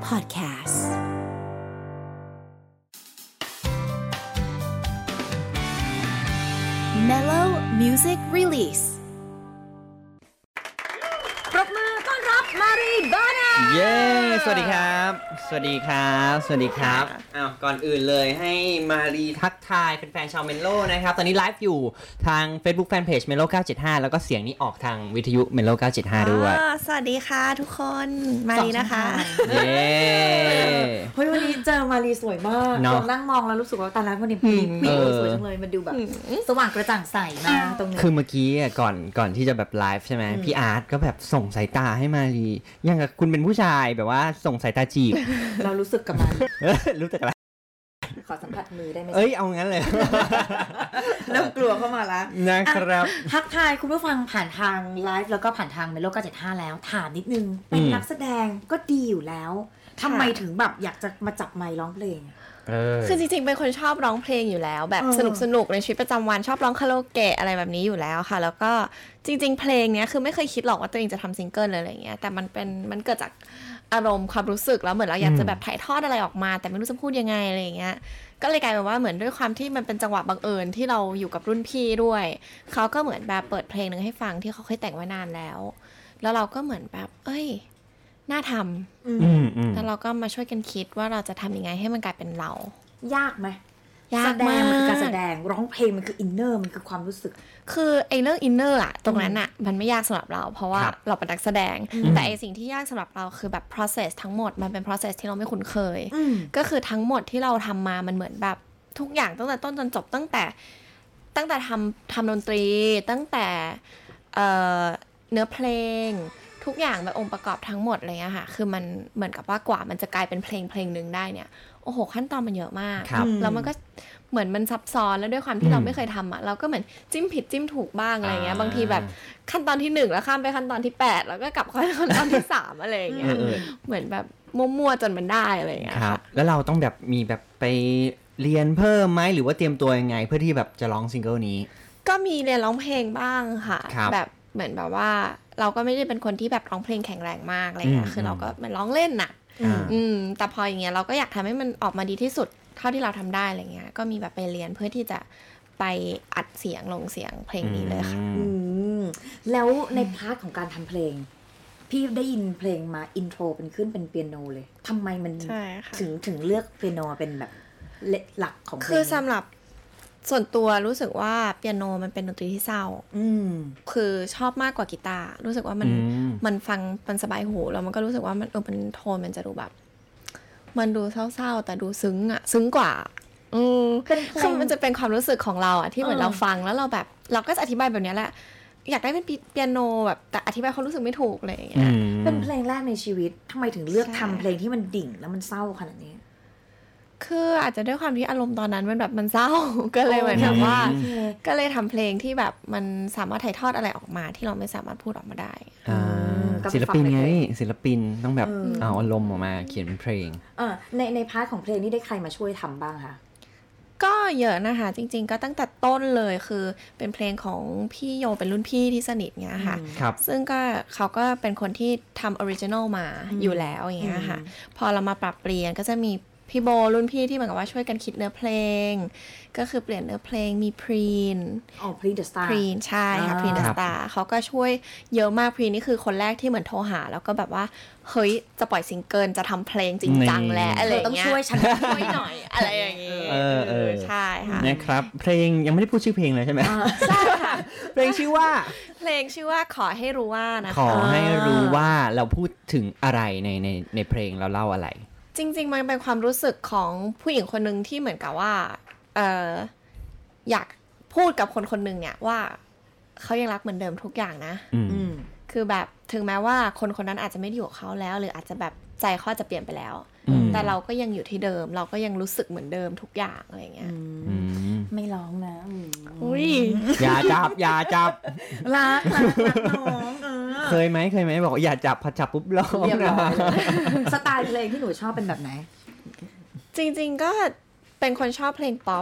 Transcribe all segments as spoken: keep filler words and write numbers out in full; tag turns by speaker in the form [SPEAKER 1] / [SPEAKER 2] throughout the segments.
[SPEAKER 1] Podcast Mellow Music Release
[SPEAKER 2] ปรบมือต้อนรับมารีบานา
[SPEAKER 3] เย้ สวัสดีครับสวัสดีครับสวัสดีครับอ้าวก่อนอื่นเลยให้มารีทักทายแฟนๆชาวเมโลนะครับตอนนี้ไลฟ์อยู่ทาง Facebook Fanpage เมโลเก้าเจ็ดห้าแล้วก็เสียงนี้ออกทางวิทยุเมโลเก้าเจ็ดห้าด้วย
[SPEAKER 2] สวัสดีค่ะทุกคนมารีนะคะ
[SPEAKER 3] เย้
[SPEAKER 2] เฮ้ยวันนี้เจอมารีสวยมากลองนั่งมองแล้วรู้สึกว่าตาลับวันนี้พี่พี่สวยจังเลยมันดูแบบสว่างกระจ่างใสมากตรงนี้
[SPEAKER 3] คือเมื่อกี้ก่อนก่อนที่จะแบบไลฟ์ใช่ไหมพี่อาร์ตก็แบบส่งสายตาให้มารียังกับคุณเป็นผู้ชายแบบว่าส่งสายตาจีบ
[SPEAKER 2] เรารู้สึกกับมัน
[SPEAKER 3] รู้สึกอะไร
[SPEAKER 2] ขอสัมผัสมือได้ไหม
[SPEAKER 3] เอ้ยเอางั้นเลย
[SPEAKER 2] เริ่มกลัวเข้ามาแล้ว
[SPEAKER 3] นะครับ
[SPEAKER 2] ทักทายคุณผู้ฟังผ่านทางไลฟ์แล้วก็ผ่านทางเมโลเก้าเจ็ดห้าแล้วถามนิดนึงเป็นนักแสดงก็ดีอยู่แล้วทำไมถึงแบบอยากจะมาจับไมค์ร้องเพลง
[SPEAKER 4] คือจริงๆเป็นคนชอบร้องเพลงอยู่แล้วแบบสนุกสนุกในชีวิตประจำวันชอบร้องคาราโอเกะอะไรแบบนี้อยู่แล้วค่ะแล้วก็จริงๆเพลงเนี้ยคือไม่เคยคิดหรอกว่าตัวเองจะทำซิงเกิลอะไรอย่างเงี้ยแต่มันเป็นมันเกิดจากอารมณ์ความรู้สึกแล้วเหมือนเราอยากจะแบบถ่ายทอดอะไรออกมาแต่ไม่รู้จะพูดยังไงอะไรอย่างเงี้ยก็เลยกลายเป็นว่าเหมือนด้วยความที่มันเป็นจังหวะบังเอิญที่เราอยู่กับรุ่นพี่ด้วยเขาก็เหมือนแบบเปิดเพลงนึงให้ฟังที่เขาเคยแต่งไว้นานแล้วแล้วเราก็เหมือนแบบเอ้ยน่าทำแล้วเราก็มาช่วยกันคิดว่าเราจะทำยังไงให้มันกลายเป็นเรา
[SPEAKER 2] ยากไหมยากมากมันคือการแสดงร้องเพลงมันคืออินเนอร์มันคือความรู้สึก
[SPEAKER 4] คือไอ้เรื่องอินเนอร์อะตรงนั้นอะมันไม่ยากสำหรับเราเพราะว่าเราเป็นนักแสดงแต่ไอ้สิ่งที่ยากสำหรับเราคือแบบ process ทั้งหมดมันเป็น process ที่เราไม่คุ้นเคยก็คือทั้งหมดที่เราทำมามันเหมือนแบบทุกอย่างตั้งแต่ต้นจนจบตั้งแต่ตั้งแต่ทำทำดนตรีตั้งแต่เอ่อเนื้อเพลงทุกอย่างแบบองค์ประกอบทั้งหมดอะไรเงี้ยค่ะคือมันเหมือนกับว่ากว่ามันจะกลายเป็นเพลงเพลงนึงได้เนี่ยโอ้โหขั้นตอนมันเยอะมากแล้วมันก็เหมือนมันซับซ้อนแล้วด้วยความที่เราไม่เคยทำอ่ะเราก็เหมือนจิ้มผิดจิ้มถูกบ้างอะไรเงี้ยบางทีแบบขั้นตอนที่หนึ่งแล้วข้ามไปขั้นตอนที่แปดแล้วก็กลับขั้นตอนที่สามอะไรเงี้ยเหมือนแบบมั่วๆจนมันได้อะไรเงี้ย
[SPEAKER 3] ครับแล้วเราต้องแบบมีแบบไปเรียนเพิ่มไหมหรือว่าเตรียมตัวยังไงเพื่อที่แบบจะร้องซิงเกิลนี้
[SPEAKER 4] ก็มีเรียนร้องเพลงบ้างค่ะแบบเหมือนแบบว่าเราก็ไม่ได้เป็นคนที่แบบร้องเพลงแข็งแรงมากอะไรเงี้ยคือเราก็เหมือนร้องเล่นน่ะอืมแต่พออย่างเงี้ยเราก็อยากทำให้มันออกมาดีที่สุดเท่าที่เราทำได้อะไรเงี้ยก็มีแบบไปเรียนเพื่อที่จะไปอัดเสียงลงเสียงเพลงนี้เลยค่ะ
[SPEAKER 2] อืมแล้วในพาร์ทของการทำเพลงพี่ได้ยินเพลงมาอินโทรเป็นขึ้นเป็นเปียโนเลยทำไมมันถึงถึงเลือกเปียโนเป็นแบบหลักของเพลง
[SPEAKER 4] คือสำหรับส่วนตัวรู้สึกว่าเปียโนมันเป็นดนตรีที่เศร้าอืมคือชอบมากกว่ากีตาร์รู้สึกว่ามันมันฟังมันสบายหูแล้วมันก็รู้สึกว่ามันเออมันโทนมันจะดูแบบมันดูเศร้าๆแต่ดูซึ้งอ่ะซึ้งกว่าอืมคือมันจะเป็นความรู้สึกของเราอ่ะที่เหมือนเราฟังแล้วเราแบบเราก็จะอธิบายแบบนี้แหละอยากได้เป็นเปียโนแบบแต่อธิบายความรู้สึกไม่ถูกอะไรอย่างเงี้ย
[SPEAKER 2] เป็นเพลงแรกในชีวิตทำไมถึงเลือกทำเพลงที่มันดิ่งแล้วมันเศร้าขนาดนี้
[SPEAKER 4] คืออาจจะด้วยความที่อารมณ์ตอนนั้นมันแบบมันเศร้าก็เลยเหมือนแบบว่าก็เลยทำเพลงที่แบบมันสามารถถ่ายทอดอะไรออกมาที่เราไม่สามารถพูดออกมาได้
[SPEAKER 3] ศิลปินไงศิลปินต้องแบบเอาอารมณ์ออกมาเขียนเป็นเพลง
[SPEAKER 2] เออในในพาร์ทของเพลงนี่ได้ใครมาช่วยทำบ้างคะ
[SPEAKER 4] ก็เยอะนะคะจริงๆก็ตั้งแต่ต้นเลยคือเป็นเพลงของพี่โยเป็นรุ่นพี่ที่สนิทเงี้ยค่ะซึ่งก็เขาก็เป็นคนที่ทำออริจินอลมาอยู่แล้วอย่างเงี้ยค่ะพอเรามาปรับเปลี่ยนก็จะมีพี่โบรุ่นพี่ที่เหมือนกับว่าช่วยกันคิดเนื้อเพลงก็คือเปลี่ยนเนื้อเพลงมีพรีน
[SPEAKER 2] อ๋อพรีนเดอะสตาร์
[SPEAKER 4] พรีนใช่ค่ะพรีนเดอะสตาร์เขาก็ช่วยเยอะมากพรีนนี่คือคนแรกที่เหมือนโทรหาแล้วก็แบบว่าเฮ้ยจะปล่อยซิงเกิลจะททำเพลงจริงจังแล้วอะไรอย่างเงี้ย
[SPEAKER 2] ต้องช่วยฉัน
[SPEAKER 4] ช่วยหน่อยอะไรอย่างเงี้ยเออใช่ค่ะ
[SPEAKER 3] นะครับเพลงยังไม่ได้พูดชื่อเพลงเลยใช่ไหม
[SPEAKER 4] ใช่ค่ะ
[SPEAKER 3] เพลงชื่อว่า
[SPEAKER 4] เพลงชื่อว่าขอให้รู้ว่านะคะ
[SPEAKER 3] ขอให้รู้ว่าเราพูดถึงอะไรในในในเพลงเราเล่าอะไร
[SPEAKER 4] จริงๆมันเป็นความรู้สึกของผู้หญิงคนนึงที่เหมือนกับว่าเอออยากพูดกับคนคนนึงเนี่ยว่าเขายังรักเหมือนเดิมทุกอย่างนะคือแบบถึงแม้ว่าคนคนนั้นอาจจะไม่ได้อยู่กับเขาแล้วหรืออาจจะแบบใจเขาอาจจะเปลี่ยนไปแล้วแต่เราก็ยังอยู่ที่เดิมเราก็ยังรู้สึกเหมือนเดิมทุกอย่างอะไรเงี้ย
[SPEAKER 2] ไม่ร้องนะ
[SPEAKER 4] อุ้ย
[SPEAKER 3] อย่าจับอย่าจับ
[SPEAKER 2] รักรักรักน้อง
[SPEAKER 3] เคยไหมเคยไหมบอกอย่าจับพอจับปุ๊บร้องนะ
[SPEAKER 2] สไตล์เพลงที่หนูชอบเป็นแบบไหน
[SPEAKER 4] จริงๆก็เป็นคนชอบเพลงป๊อป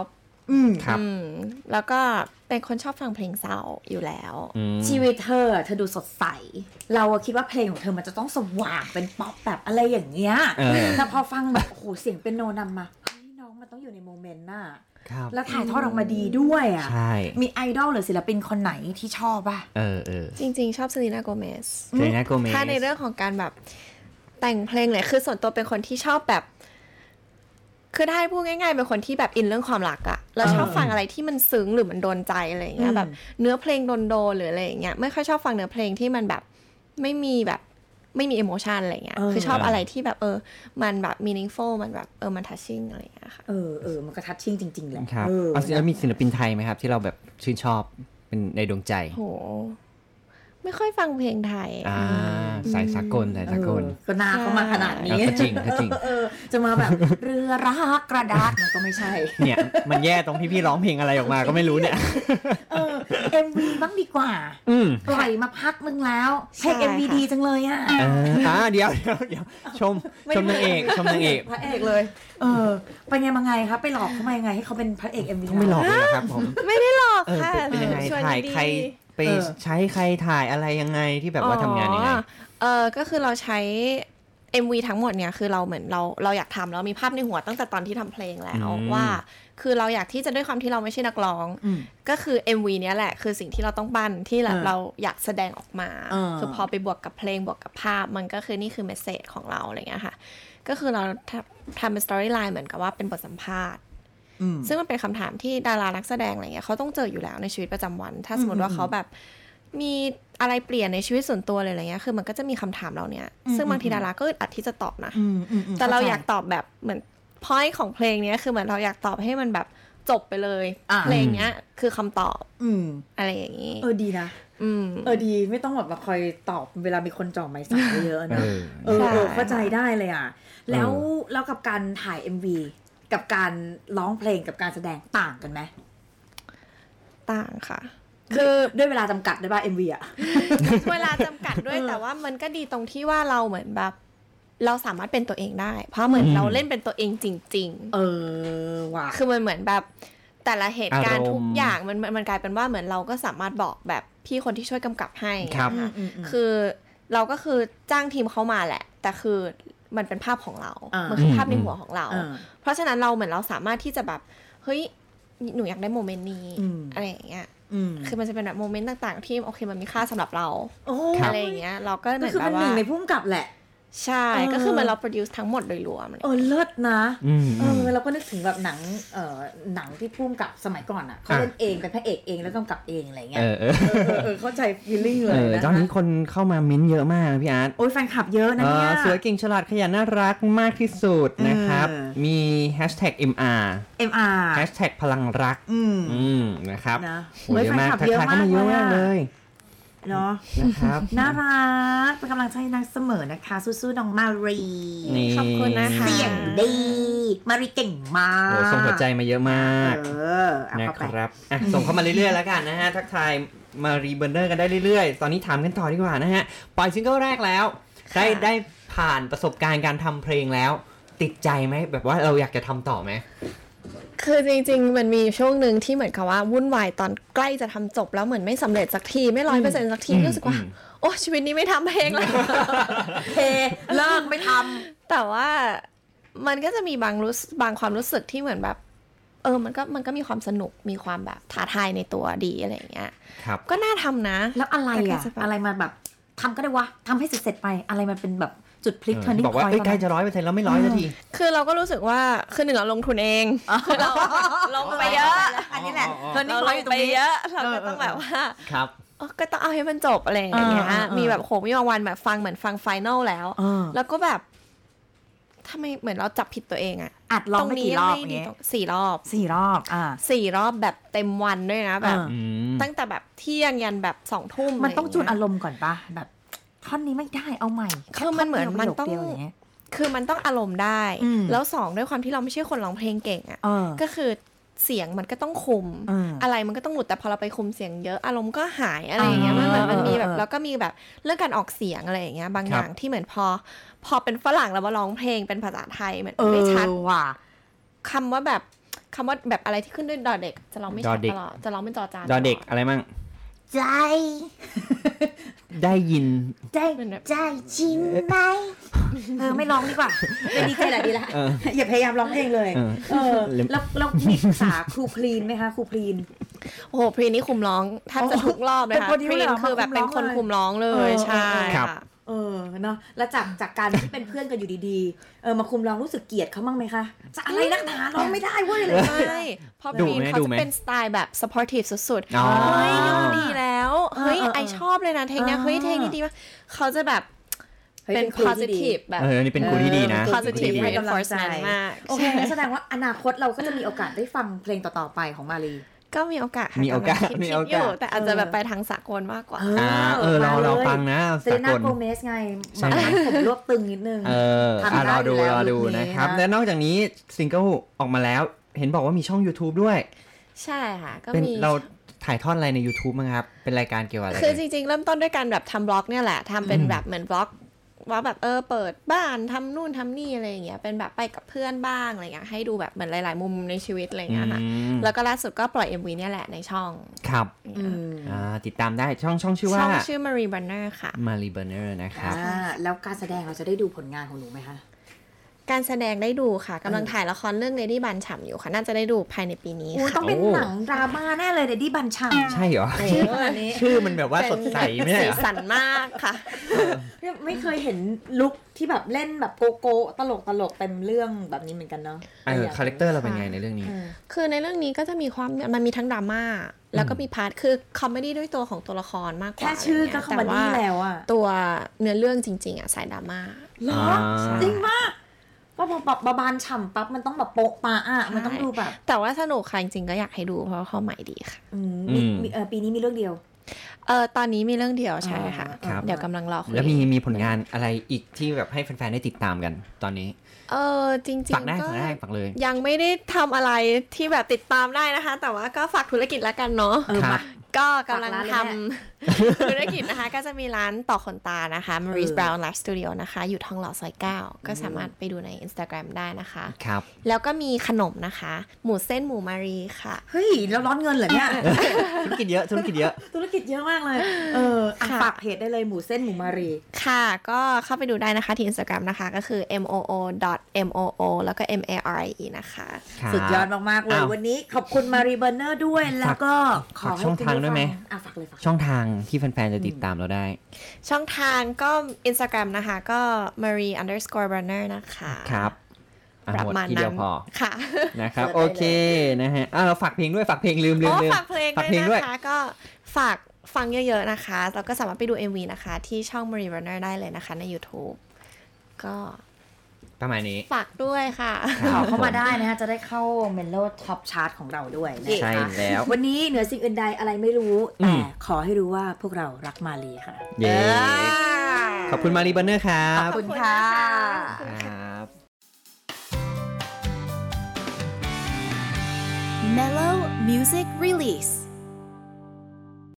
[SPEAKER 2] อืม
[SPEAKER 3] ครับ
[SPEAKER 4] อืมแล้วก็เป็นคนชอบฟังเพลงเศร้าอยู่แล้ว
[SPEAKER 2] ชีวิตเธอเธอดูสดใสเราคิดว่าเพลงของเธอมันจะต้องสว่างเป็นป๊อปแบบอะไรอย่างเงี้ยแต่พอฟังแบบโอ้โหเสียงเปียโนนำมาเฮ้ยน้องมันต้องอยู่ในโมเมนต์น่ะแล้วถ่ายทอดออกมาดีด้วยอ่ะมีไอดอลหรือศิลปินคนไหนที่ชอบป่ะ
[SPEAKER 3] เออเออ
[SPEAKER 4] จริงๆชอบเซเลน่าโกเมส
[SPEAKER 3] เซเลน่าโกเมส
[SPEAKER 4] ถ้าในเรื่องของการแบบแต่งเพลงเลยคือส่วนตัวเป็นคนที่ชอบแบบคือได้พูดง่ายๆเป็นคนที่แบบอินเรื่องความรักอะแล้วชอบฟังอะไรที่มันซึ้งหรือมันโดนใจอะไรอย่างเงี้ยแบบเนื้อเพลงโดนๆหรืออะไรอย่างเงี้ยไม่ค่อยชอบฟังเนื้อเพลงที่มันแบบไม่มีแบบไม่มีอิโมชันอะไรเงี้ยคือชอบอะไรที่แบบเออมันแบบ meaningful มันแบบเออมัน touching อะไรอย่างเงี้ยค่ะ
[SPEAKER 2] เออเออมันก็ touching จริงๆแหละ
[SPEAKER 3] ครับแล้วมีศิลปินไทยไหมครับที่เราแบบชื่นชอบเป็นในดวงใจ
[SPEAKER 4] โหไม่ค่อยฟังเพลงไทย
[SPEAKER 3] อ่าสายสากลสายสากล
[SPEAKER 2] ก็นาเข้ามาขนาดนี้
[SPEAKER 3] ก็จริงก็จริง
[SPEAKER 2] จะมาแบบเรือรักกระดาษมันก็ไม่ใช่
[SPEAKER 3] เนี่ยมันแย่ตรงที่พี่ร้องเพลงอะไรออกมาก็ไม่รู้เนี่ย
[SPEAKER 2] เออ เอ็ม วี บ้างดีกว่าปล่อยมาพักนึงแล้วเพลง เอ็ม วี ดีจังเลยอ่ะ
[SPEAKER 3] อ่าเดี๋ยวเดี๋ยวเดี๋ยวชมชมนางเอกชมนางเอก
[SPEAKER 2] พระเอกเลยเออไปไงมาไงครับไปหลอกเขามายังไงให้เขาเป็นพระเอก เอ็ม วี
[SPEAKER 3] ต้องไม่หลอกเลยครับผม
[SPEAKER 4] ไม่ได้หลอกค่ะ
[SPEAKER 3] เป็นยังไงถ่ายใครไปใช้ใครถ่ายอะไรยังไงที่แบบว่าทำงานยังไง
[SPEAKER 4] เออก็คือเราใช้ เอ็ม วี ทั้งหมดเนี่ยคือเราเหมือนเราเราอยากทำแล้วมีภาพในหัวตั้งแต่ตอนที่ทำเพลงแล้วว่าคือเราอยากที่จะด้วยความที่เราไม่ใช่นักร้องก็คือ เอ็ม วี เนี้ยแหละคือสิ่งที่เราต้องปั้นที่เราอยากแสดงออกมาคือพอไปบวกกับเพลงบวกกับภาพมันก็คือนี่คือเมสเสจของเราอะไรเงี้ยค่ะก็คือเราทำเป็นสตอรี่ไลน์เหมือนกับว่าเป็นบทสัมภาษณ์ซึ่งมันเป็นคำถามที่ดารานักแสดงอะไรเงี้ยเขาต้องเจออยู่แล้วในชีวิตประจำวันถ้าสมมติว่าเขาแบบมีอะไรเปลี่ยนในชีวิตส่วนตัวเลยอะไรเงี้ยคือมันก็จะมีคำถามเราเนี่ยซึ่งบางทีดาราก็อึดอัดที่จะตอบนะแต่เราอยากตอบแบบเหมือนพอยต์ของเพลงนี้คือเหมือนเราอยากตอบให้มันแบบจบไปเลยเพลงเนี้ยคือคำตอบอะไรอย่างนี้
[SPEAKER 2] เออดีนะเออดีไม่ต้องแบบมาคอยตอบเวลามีคนจ่อไม้สายเยอะนะเออเข้าใจได้เลยอ่ะแล้วแล้วกับการถ่าย เอ็ม วี กับการร้องเพลงกับการแสดงต่างกันไหม
[SPEAKER 4] ต่างค่ะ
[SPEAKER 2] คือด้วยเวลาจำกัดได้ป่ะ เอ็ม วี อ่ะ
[SPEAKER 4] เวลาจำกัดด้วยแต่ว่ามันก็ดีตรงที่ว่าเราเหมือนแบบเราสามารถเป็นตัวเองได้เพราะเหมือนเราเล่นเป็นตัวเองจริงๆ
[SPEAKER 2] เออว่ะ
[SPEAKER 4] คือมันเหมือนแบบแต่ละเหตุการณ์ทุกอย่างมันมันกลายเป็นว่าเหมือนเราก็สามารถบอกแบบพี่คนที่ช่วยกำกับให้
[SPEAKER 3] ครับ
[SPEAKER 4] คือเราก็คือจ้างทีมเข้ามาแหละแต่คือมันเป็นภาพของเรามันคือภาพในหัวของเราเพราะฉะนั้นเราเหมือนเราสามารถที่จะแบบเฮ้ยหนูอยากได้โมเมนต์นี้อะไรอย่างเงี้ยคือมันจะเป็นแบบโมเมนต์ต่างๆที่โอเคมันมีค่าสำหรับเราอะไรอย่างเงี้ยเราก็เหมือนแบบว่า
[SPEAKER 2] คือเป็นหนึ่งในผู้กำกับแหละ
[SPEAKER 4] ใช่ก็คือเหมือนเรา produce ทั้งหมดโดยรวม
[SPEAKER 2] เออเลิศนะเออเราก็นึกถึงแบบหนังเอ่อหนังที่ผู้กำกับสมัยก่อนอ่ะเขาเล่นเองเป็นพระเอกเองแล้วกำกับเองอะไรเงี้ยเออเออเออเข้าใจ feeling เลยนะ
[SPEAKER 3] ตอนนี้คนเข้ามามิ้นเยอะมากพี่อาร์ต
[SPEAKER 2] โอ้ยแฟนคลับเยอะนะเนี่ย
[SPEAKER 3] สวยเก่งฉลาดขยันน่ารักมากที่สุดนะครับมี แฮชแท็ก เอ็ม อาร์
[SPEAKER 2] เอ็ม อาร์
[SPEAKER 3] แฮชแท็กพลังรักอืมนะครับ
[SPEAKER 2] โอ้ยแฟนคลับเยอะมาก
[SPEAKER 3] เยอะมากเลย
[SPEAKER 2] เนาะ
[SPEAKER 3] นะครับ
[SPEAKER 2] น่ารักเป็นกำลังใจนักเสมอนะคะสู้ๆน้องมารี
[SPEAKER 4] ขอบคุณนะคะ
[SPEAKER 2] เสียงดีมารีเก่งมาก
[SPEAKER 3] โอ้ส่งหัวใจมาเยอะมากนะครับอ่ะส่งเข้ามาเรื่อยๆแล้วกันนะฮะทักทายมารีเบอร์เนอร์กันได้เรื่อยๆตอนนี้ถามกันต่อดีกว่านะฮะปล่อยซิงเกิลแรกแล้วได้ได้ผ่านประสบการณ์การทำเพลงแล้วติดใจไหมแบบว่าเราอยากจะทำต่อไหม
[SPEAKER 4] คือจริงๆมันมีช่วงหนึ่งที่เหมือนกับว่าวุ่นวายตอนใกล้จะทำจบแล้วเหมือนไม่สำเร็จสักทีไม่ร้อยเปอร์เซ็นต์สักทีรู้สึกว่าโอ้ชีวิตนี้ไม่ทำเพลงแล้ว
[SPEAKER 2] เทเลิกไม่ท
[SPEAKER 4] ำแต่ว่ามันก็จะมีบางรู้บางความรู้สึกที่เหมือนแบบเออมันก็มันก็มีความสนุกมีความแบบท้าทายในตัวดีอะไรอย่างเงี้ยก็น่าทำนะ
[SPEAKER 2] แล้วอะไรอะอะไรมาแบบทำก็ได้วะทำให้เสร็จๆไปอะไรมันเป็นแบบจุดพลิก turning point
[SPEAKER 3] บอกว่าใกล้จะร้อยเปอร์เซ็นต์แล้วไม่ร้อยสักที
[SPEAKER 4] คือเราก็รู้สึกว่าคือหนึ่งเราลงทุนเองเราลงไปเยอะ
[SPEAKER 2] อันนี้แหละ
[SPEAKER 4] turning point อยู่ตรงนี้เยอะเราก็ต้องแบบว่า
[SPEAKER 3] ครับ
[SPEAKER 4] ก็ต้องเอาให้มันจบอะไรอย่างเงี้ยมีแบบโหมีบางวันแบบฟังเหมือนฟังไฟนอลแล้วแล้วก็แบบทำไมเหมือนเราจับผิดตัวเองอะ
[SPEAKER 2] อัดลองไปกี่รอบเงี้ย
[SPEAKER 4] สี่รอบ
[SPEAKER 2] สี่รอบอ่า
[SPEAKER 4] สี่รอบแบบเต็มวันด้วยนะแบบตั้งแต่แบบเที่ยงยันแบบสองทุ่ม
[SPEAKER 2] มันต้องจูนอารมณ์ก่อนปะแบบท่อนนี้ไม่ได้เอาใหม่
[SPEAKER 4] คือมันเหมือนมันต้องคือมันต้องอารมณ์ได้แล้วสองด้วยความที่เราไม่ใช่คนร้องเพลงเก่งอ่ะก็คือเสียงมันก็ต้องคุมอะไรมันก็ต้องหลุดแต่พอเราไปคุมเสียงเยอะอารมณ์ก็หายอะไรอย่างเงี้ยมันเหมือนมันมีแบบแล้วก็มีแบบเรื่องการออกเสียงอะไรอย่างเงี้ยบางอย่างที่เหมือนพอพอเป็นฝรั่งแล้วมาร้องเพลงเป็นภาษาไทยมันไม่ชัด
[SPEAKER 2] ว่ะ
[SPEAKER 4] คำว่าแบบคำว่าแบบอะไรที่ขึ้นด้วยดอเด็กจะร้องไม่ชัดตลอดจะร้องเป็นจอจาน
[SPEAKER 3] ดอเด็กอะไรมั่ง
[SPEAKER 1] ใจ
[SPEAKER 3] ได้ยิน
[SPEAKER 1] ได้ใจจริงไหมเออไม่ร้องดีกว่าเป็นดีเจแหละดีละอย่าพยายามร้องเองเลยเออแล้วแล้วมีศึกษาครูพลีนไหมคะครูพลีน
[SPEAKER 4] โอ้โหพลีนนี่คุมร้องแทบจะทุกรอบเลยค่ะพลีนคือแบบเป็นคนคุมร้องเลยใช่ค่ะ
[SPEAKER 2] เออเนาะแล้วจากจากการที่เป็นเพื่อนกันอยู่ดีๆเออมาคุมร้องรู้สึกเกลียดเขาบ้างไหมคะจะอะไรนักหนาร้องไม่ได้เว้ยเลย
[SPEAKER 4] ไม่เพราะพลีนเขาจะเป็นสไตล์แบบ supportive สุดๆเฮ้ยดูดีแล้วเฮ้ยไอชอบเลยนะเพลงนี้เฮ้ยเพลงนี้ดีมากเขาจะแบบเป็น positive แบบ
[SPEAKER 3] เออนี่เป็นครูที่ดีนะ
[SPEAKER 4] positive reinforcement มาก
[SPEAKER 2] โอเคแสดงว่าอนาคตเราก็จะมีโอกาสได้ฟังเพลงต่อๆไปของมารี
[SPEAKER 4] ก็มีโอกาส
[SPEAKER 3] มีโอกาสมีโอกาส
[SPEAKER 4] แต่อาจจะแบบไปทางสากลมากกว่า
[SPEAKER 3] อ่าเออเราเราฟังนะ
[SPEAKER 2] สากลเซเลน่าโกเมสไงบางครั้งผมรวบตึงนิดนึง
[SPEAKER 3] เออรอดูรอดูนะครับและนอกจากนี้ซิงเกิลออกมาแล้วเห็นบอกว่ามีช่อง YouTube ด้วย
[SPEAKER 4] ใช่ค่ะก็มี
[SPEAKER 3] เราถ่ายทอดอะไรใน YouTube มั้งครับเป็นรายการเกี่ยวกับอะไร
[SPEAKER 4] คือจริงๆเริ่มต้นด้วยการแบบทำบล็อกเนี่ยแหละทำเป็นแบบเหมือนบล็อกว่าแบบเออเปิดบ้านทำนู่นทำนี่อะไรอย่างเงี้ยเป็นแบบไปกับเพื่อนบ้างอะไรเงี้ยให้ดูแบบเหมือนหลายๆมุมในชีวิตอะไรเงี้ยค่ะแล้วก็ล่าสุดก็ปล่อย เอ็ม วี เนี่ยแหละในช่อง
[SPEAKER 3] ครับอ่าติดตามได้ช่องช่องชื่อว่าช่อง
[SPEAKER 4] ชื่อ Marie Burner ค่ะ
[SPEAKER 3] Marie Burner นะครับ
[SPEAKER 2] อ่าแล้วการแสดงเราจะได้ดูผลงานของหนูไหมคะ
[SPEAKER 4] การแสดงได้ดูค่ะกำลังถ่ายละครเรื่อง Lady บันฉ่ำอยู่ค่ะน่าจะได้ดูภายในปีนี้ค่ะ
[SPEAKER 2] ต้องเป็นหนังดราม่าแน่เลย Lady บันฉ่ำ
[SPEAKER 3] ใช่เหรอชื่อนี้ชื่อมันแบบว่าสดใสไม่ใช่
[SPEAKER 4] สีสันมากค่ะ
[SPEAKER 2] ไม่เคยเห็นลุคที่แบบเล่นแบบโกโก้ตลกตลกเต็มเรื่องแบบนี้เหมือนกันเนาะ
[SPEAKER 3] เออคาแรคเตอร์เราเป็นไงในเรื่องนี้
[SPEAKER 4] คือในเรื่องนี้ก็จะมีความมันมีทั้งดราม่าแล้วก็มีพาร์ทคือคอมเมดี้ด้วยตัวของตัวละครมากกว่า
[SPEAKER 2] แค่ชื่อก็คอมเมดี้แล้วอะ
[SPEAKER 4] ตัวเนื้อเรื่องจริงๆอะสายดราม่า
[SPEAKER 2] เหรอจริงมากว่าพอแบบบานฉ่ำปั๊บมันต้องแบบโป๊ะปะอ่ะมันต้องดูแบบ
[SPEAKER 4] แต่ว่าสนุกค่ะจริงๆก็อยากให้ดูเพราะว่าเขาใหม่ดีค่ะ
[SPEAKER 2] มีเออปีนี้มีเรื่องเดียว
[SPEAKER 4] เออตอนนี้มีเรื่องเดียวใช่ค่ะเดี๋ยวกำลังรอคุย
[SPEAKER 3] แล้วมีมีผลงานอะไรอีกที่แบบให้แฟนๆได้ติดตามกันตอนนี้
[SPEAKER 4] เออจริงๆ
[SPEAKER 3] ฝากได้ฝากได้ฝากเลย
[SPEAKER 4] ยังไม่ได้ทำอะไรที่แบบติดตามได้นะคะแต่ว่าก็ฝากธุรกิจแล้วกันเนาะก็กำลังทำธุรกิจนะคะก็จะมีร้านต่อขนตานะคะ Marie's Brown Lash Studio นะคะอยู่ทองหล่อซอยเก้าก็สามารถไปดูใน Instagram ได้นะคะ
[SPEAKER 3] ครับ
[SPEAKER 4] แล้วก็มีขนมนะคะหมูเส้นหมูมารีค่ะ
[SPEAKER 2] เฮ้ยแล้วร้อนเงินเหรอเนี่ย
[SPEAKER 3] ธุรกิจเยอะธุรกิจเยอะ
[SPEAKER 2] ธุรกิจเยอะมากเลยเออฝากเพจได้เลยหมูเส้นหมูมารี
[SPEAKER 4] ค่ะก็เข้าไปดูได้นะคะที่ Instagram นะคะก็คือ m o o dot m o o แล้วก็ m a r i e นะคะ
[SPEAKER 2] สุดยอดมากๆเลยวันนี้ขอบคุณมารีเบอร์เนอร์ด้วยแล้วก็ขอให้
[SPEAKER 3] ช่องทางด้วยไหมช่องทางที่แฟนๆจะติดตามเราได้
[SPEAKER 4] ช่องทางก็ Instagram นะคะก็ marie underscore burner นะคะ
[SPEAKER 3] ครับ
[SPEAKER 4] ประมาณนั้นค่ะ
[SPEAKER 3] นะครับโอเคนะฮะอ่ะเราฝากเพลงด้วยฝากเพลงลืมลืมลืม
[SPEAKER 4] ฝากเพลงด้วยนะคะก็ฝากฟังเยอะๆนะคะแล้วก็สามารถไปดู เอ็ม วี นะคะที่ช่อง Marie Burner ได้เลยนะคะใน YouTube ก็
[SPEAKER 3] ประมาณนี้
[SPEAKER 4] ฝากด้วยค่ะ
[SPEAKER 2] ขอเข้ามาได้นะคะจะได้เข้าเมโลท็อปชาร์ตของเราด้วยนะคะ
[SPEAKER 3] ใช่แล้ว
[SPEAKER 2] วันนี้เหนือสิ่งอื่นใดอะไรไม่รู้แต่ขอให้รู้ว่าพวกเรารักมารีค่ะ
[SPEAKER 3] เย้ขอบคุณมารีเบอร์เนอร์ครับ
[SPEAKER 2] ขอบคุณค่ะ
[SPEAKER 3] ครับ
[SPEAKER 1] Mellow Music Release